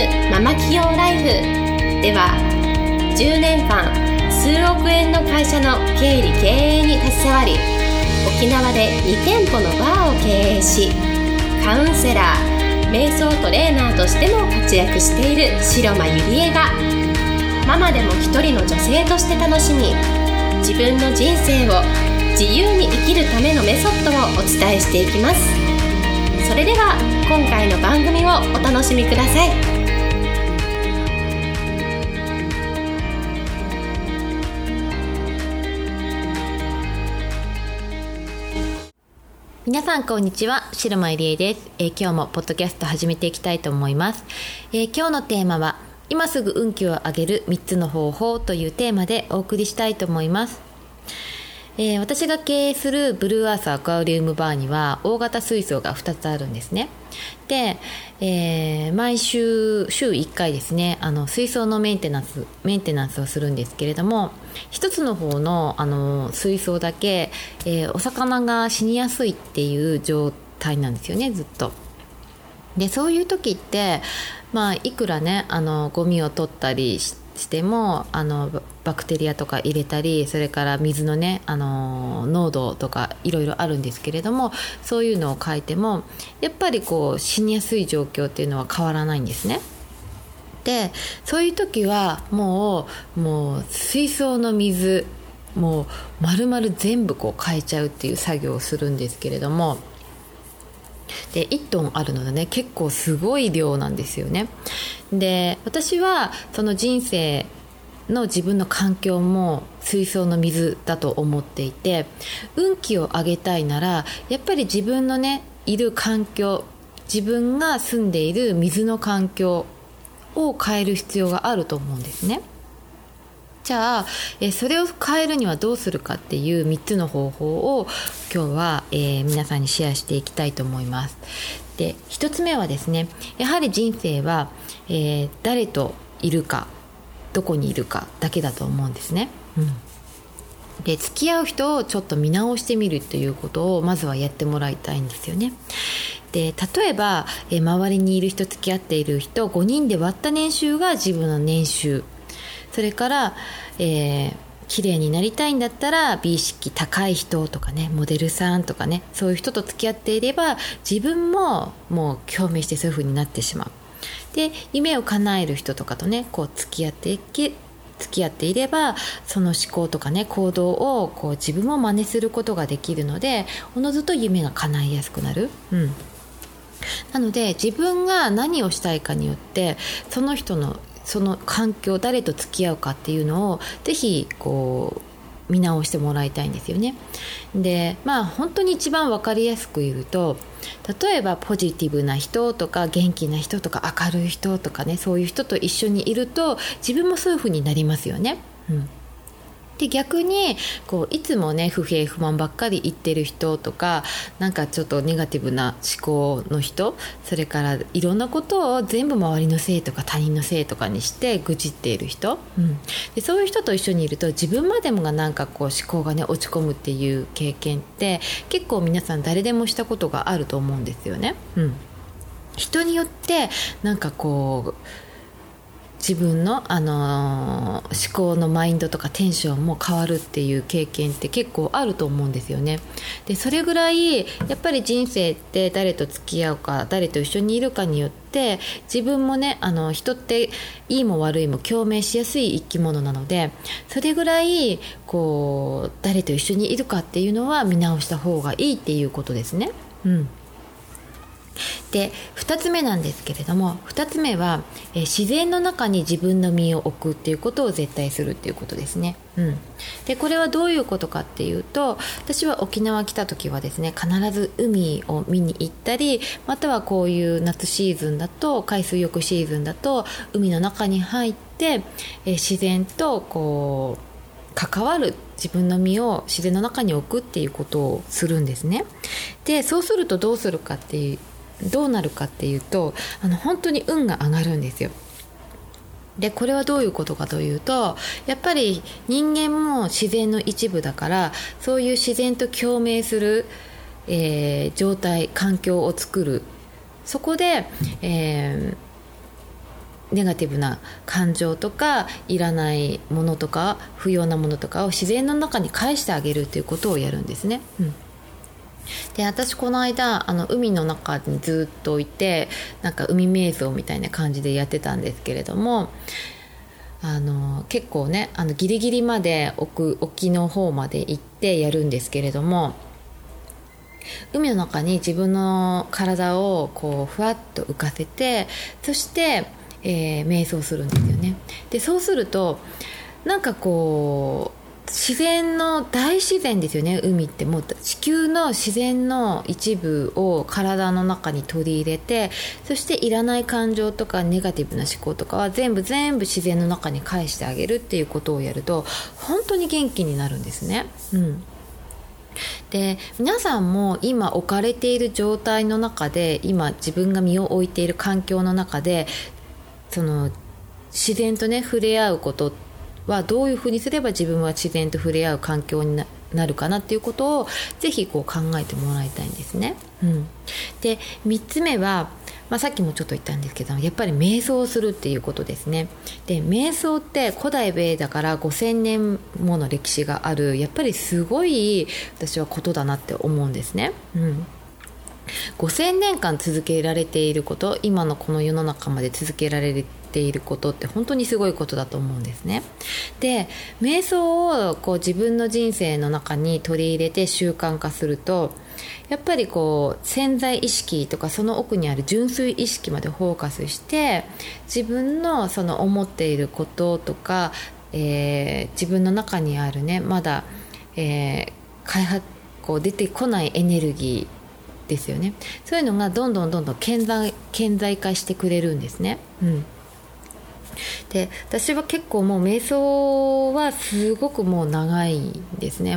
ママ起業ライフでは、10年間数億円の会社の経理経営に携わり、沖縄で2店舗のバーを経営し、カウンセラー、瞑想トレーナーとしても活躍している白間ゆりえが、ママでも一人の女性として楽しみ、自分の人生を自由に生きるためのメソッドをお伝えしていきます。それでは今回の番組をお楽しみください。 皆さんこんにちは、白間ゆりえです。今日もポッドキャスト始めていきたいと思います。今日のテーマは今すぐ運気を上げる3つの方法というテーマでお送りしたいと思います。私が経営するブルーアースアクアリウムバーには大型水槽が2つあるんですね。で、毎週1回ですね、水槽のメンテナンスをするんですけれども、一つの方の、水槽だけ、お魚が死にやすいっていう状態なんですよね、ずっと。で、そういう時って、いくらねゴミを取ったりしてもバクテリアとか入れたり、それから水のね濃度とかいろいろあるんですけれども、そういうのを変えてもやっぱり死にやすい状況っていうのは変わらないんですね。で、そういう時はもう水槽の水もう丸々全部変えちゃうっていう作業をするんですけれども、で1トンあるのでね、結構すごい量なんですよね。で、私はその人生の自分の環境も水槽の水だと思っていて、運気を上げたいならやっぱり自分のねいる環境、自分が住んでいる水の環境を変える必要があると思うんですね。じゃあ、それを変えるにはどうするかっていう3つの方法を今日は、皆さんにシェアしていきたいと思います。で、1つ目はですね、やはり人生は、誰といるかどこにいるかだけだと思うんですね。で、付き合う人をちょっと見直してみるということをまずはやってもらいたいんですよね。で、例えば、周りにいる人、付き合っている人5人で割った年収が自分の年収、それから、綺麗になりたいんだったら美意識高い人とかね、モデルさんとかね、そういう人と付き合っていれば自分ももう共鳴してそういう風になってしまう。で、夢を叶える人とかとね付き合っていれば、その思考とかね行動を自分も真似することができるので、おのずと夢が叶いやすくなる。なので、自分が何をしたいかによってその人のその環境、誰と付き合うかっていうのをぜひ見直してもらいたいんですよね。で、本当に一番分かりやすく言うと、例えばポジティブな人とか元気な人とか明るい人とかね、そういう人と一緒にいると自分もそういう風になりますよね。で、逆にいつもね不平不満ばっかり言ってる人とか、なんかちょっとネガティブな思考の人、それからいろんなことを全部周りのせいとか他人のせいとかにして愚痴っている人、で、そういう人と一緒にいると自分までもがなんか思考がね落ち込むっていう経験って結構皆さん誰でもしたことがあると思うんですよね。人によってなんか自分の、思考のマインドとかテンションも変わるっていう経験って結構あると思うんですよね。で、それぐらいやっぱり人生って誰と付き合うか、誰と一緒にいるかによって自分もね人っていいも悪いも共鳴しやすい生き物なので、それぐらい誰と一緒にいるかっていうのは見直した方がいいっていうことですね。で、2つ目なんですけれども、2つ目は、自然の中に自分の身を置くっていうことを絶対するっていうことですね。で、これはどういうことかっていうと、私は沖縄来た時はですね、必ず海を見に行ったり、またはこういう夏シーズンだと、海水浴シーズンだと海の中に入って、自然と関わる、自分の身を自然の中に置くっていうことをするんですね。で、そうするとどうなるかっていうと、本当に運が上がるんですよ。で、これはどういうことかというと、やっぱり人間も自然の一部だから、そういう自然と共鳴する、状態、環境を作る。そこで、 ネガティブな感情とかいらないものとか不要なものとかを自然の中に返してあげるということをやるんですね。で、私この間海の中にずっといて、なんか海瞑想みたいな感じでやってたんですけれども、結構ねギリギリまで沖の方まで行ってやるんですけれども、海の中に自分の体をこうふわっと浮かせて、そして、瞑想するんですよね。でそうするとなんかこう自然の大自然ですよね。海ってもう地球の自然の一部を体の中に取り入れて、そしていらない感情とかネガティブな思考とかは全部自然の中に返してあげるっていうことをやると本当に元気になるんですね。で、皆さんも今置かれている状態の中で、今自分が身を置いている環境の中でその自然とね触れ合うことはどういうふうにすれば自分は自然と触れ合う環境になるかなっていうことをぜひこう考えてもらいたいんですね。で3つ目は、さっきもちょっと言ったんですけど、やっぱり瞑想をするっていうことですね。で瞑想って古代ベーダから5000年もの歴史がある、やっぱりすごい私はことだなって思うんですね。5000年間続けられていること、今のこの世の中まで続けられていることって本当にすごいことだと思うんですね。で瞑想をこう自分の人生の中に取り入れて習慣化すると、やっぱりこう潜在意識とかその奥にある純粋意識までフォーカスして、自分のその思っていることとか、自分の中にあるねまだ、こう出てこないエネルギーですよね。そういうのがどんどん顕在化してくれるんですね。で私は結構もう瞑想はすごくもう長いんですね。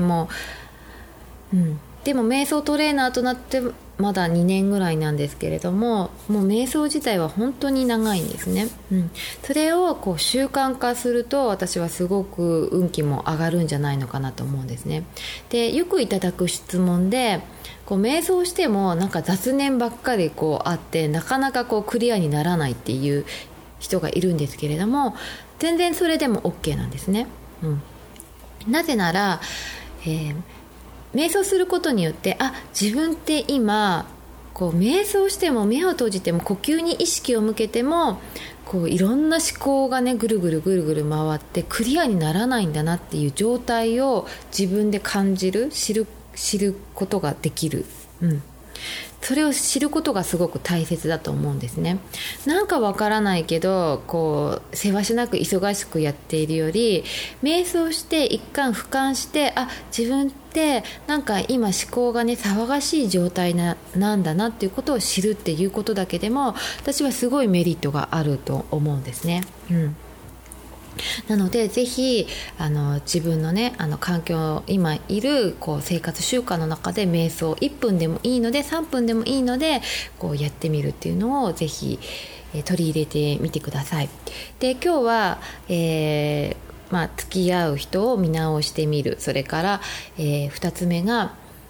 でも瞑想トレーナーとなってまだ2年ぐらいなんですけれども、もう瞑想自体は本当に長いんですね。それをこう習慣化すると、私はすごく運気も上がるんじゃないのかなと思うんですね。でよくいただく質問で、こう瞑想してもなんか雑念ばっかりこうあって、なかなかこうクリアにならないっていう人がいるんですけれども、全然それでも OK なんですね。なぜなら、瞑想することによって、自分って今こう瞑想しても目を閉じても呼吸に意識を向けてもこういろんな思考がねぐるぐる回ってクリアにならないんだなっていう状態を自分で感じる、知ることができる。それを知ることがすごく大切だと思うんですね。なんかわからないけどこうせわしなく忙しくやっているより、瞑想して一回俯瞰して、自分ってなんか今思考がね騒がしい状態なんだなっていうことを知るっていうことだけでも、私はすごいメリットがあると思うんですね。なのでぜひ自分のね環境、今いるこう生活習慣の中で瞑想1分でもいいので3分でもいいのでこうやってみるっていうのをぜひ取り入れてみてください。で今日は、付き合う人を見直してみる、それから、2つ目が、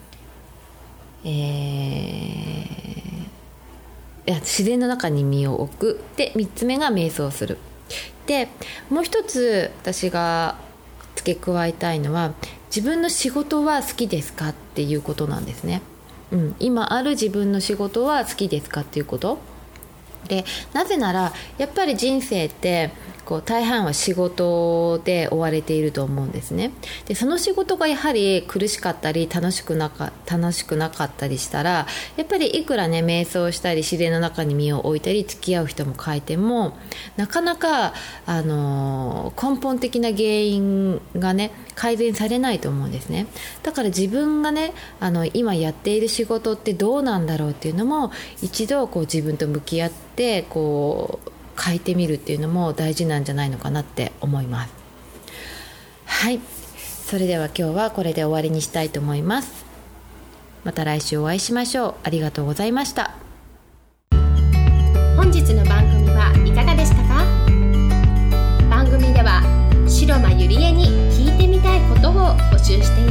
自然の中に身を置く、で3つ目が瞑想する。でもう一つ私が付け加えたいのは、自分の仕事は好きですかっていうことなんですね。今ある自分の仕事は好きですかっていうことで、なぜならやっぱり人生ってこう大半は仕事で追われていると思うんですね。でその仕事がやはり苦しかったり楽しくなかったりしたら、やっぱりいくらね瞑想したり自然の中に身を置いたり付き合う人も変えても、なかなか、根本的な原因がね改善されないと思うんですね。だから自分がね今やっている仕事ってどうなんだろうっていうのも一度こう自分と向き合ってこう変えてみるっていうのも大事なんじゃないのかなって思います。はい、それでは今日はこれで終わりにしたいと思います。また来週お会いしましょう。ありがとうございました。 本日の番組はいかがでしたか？番組では白間ゆりえに聞いてみたいことを募集しています。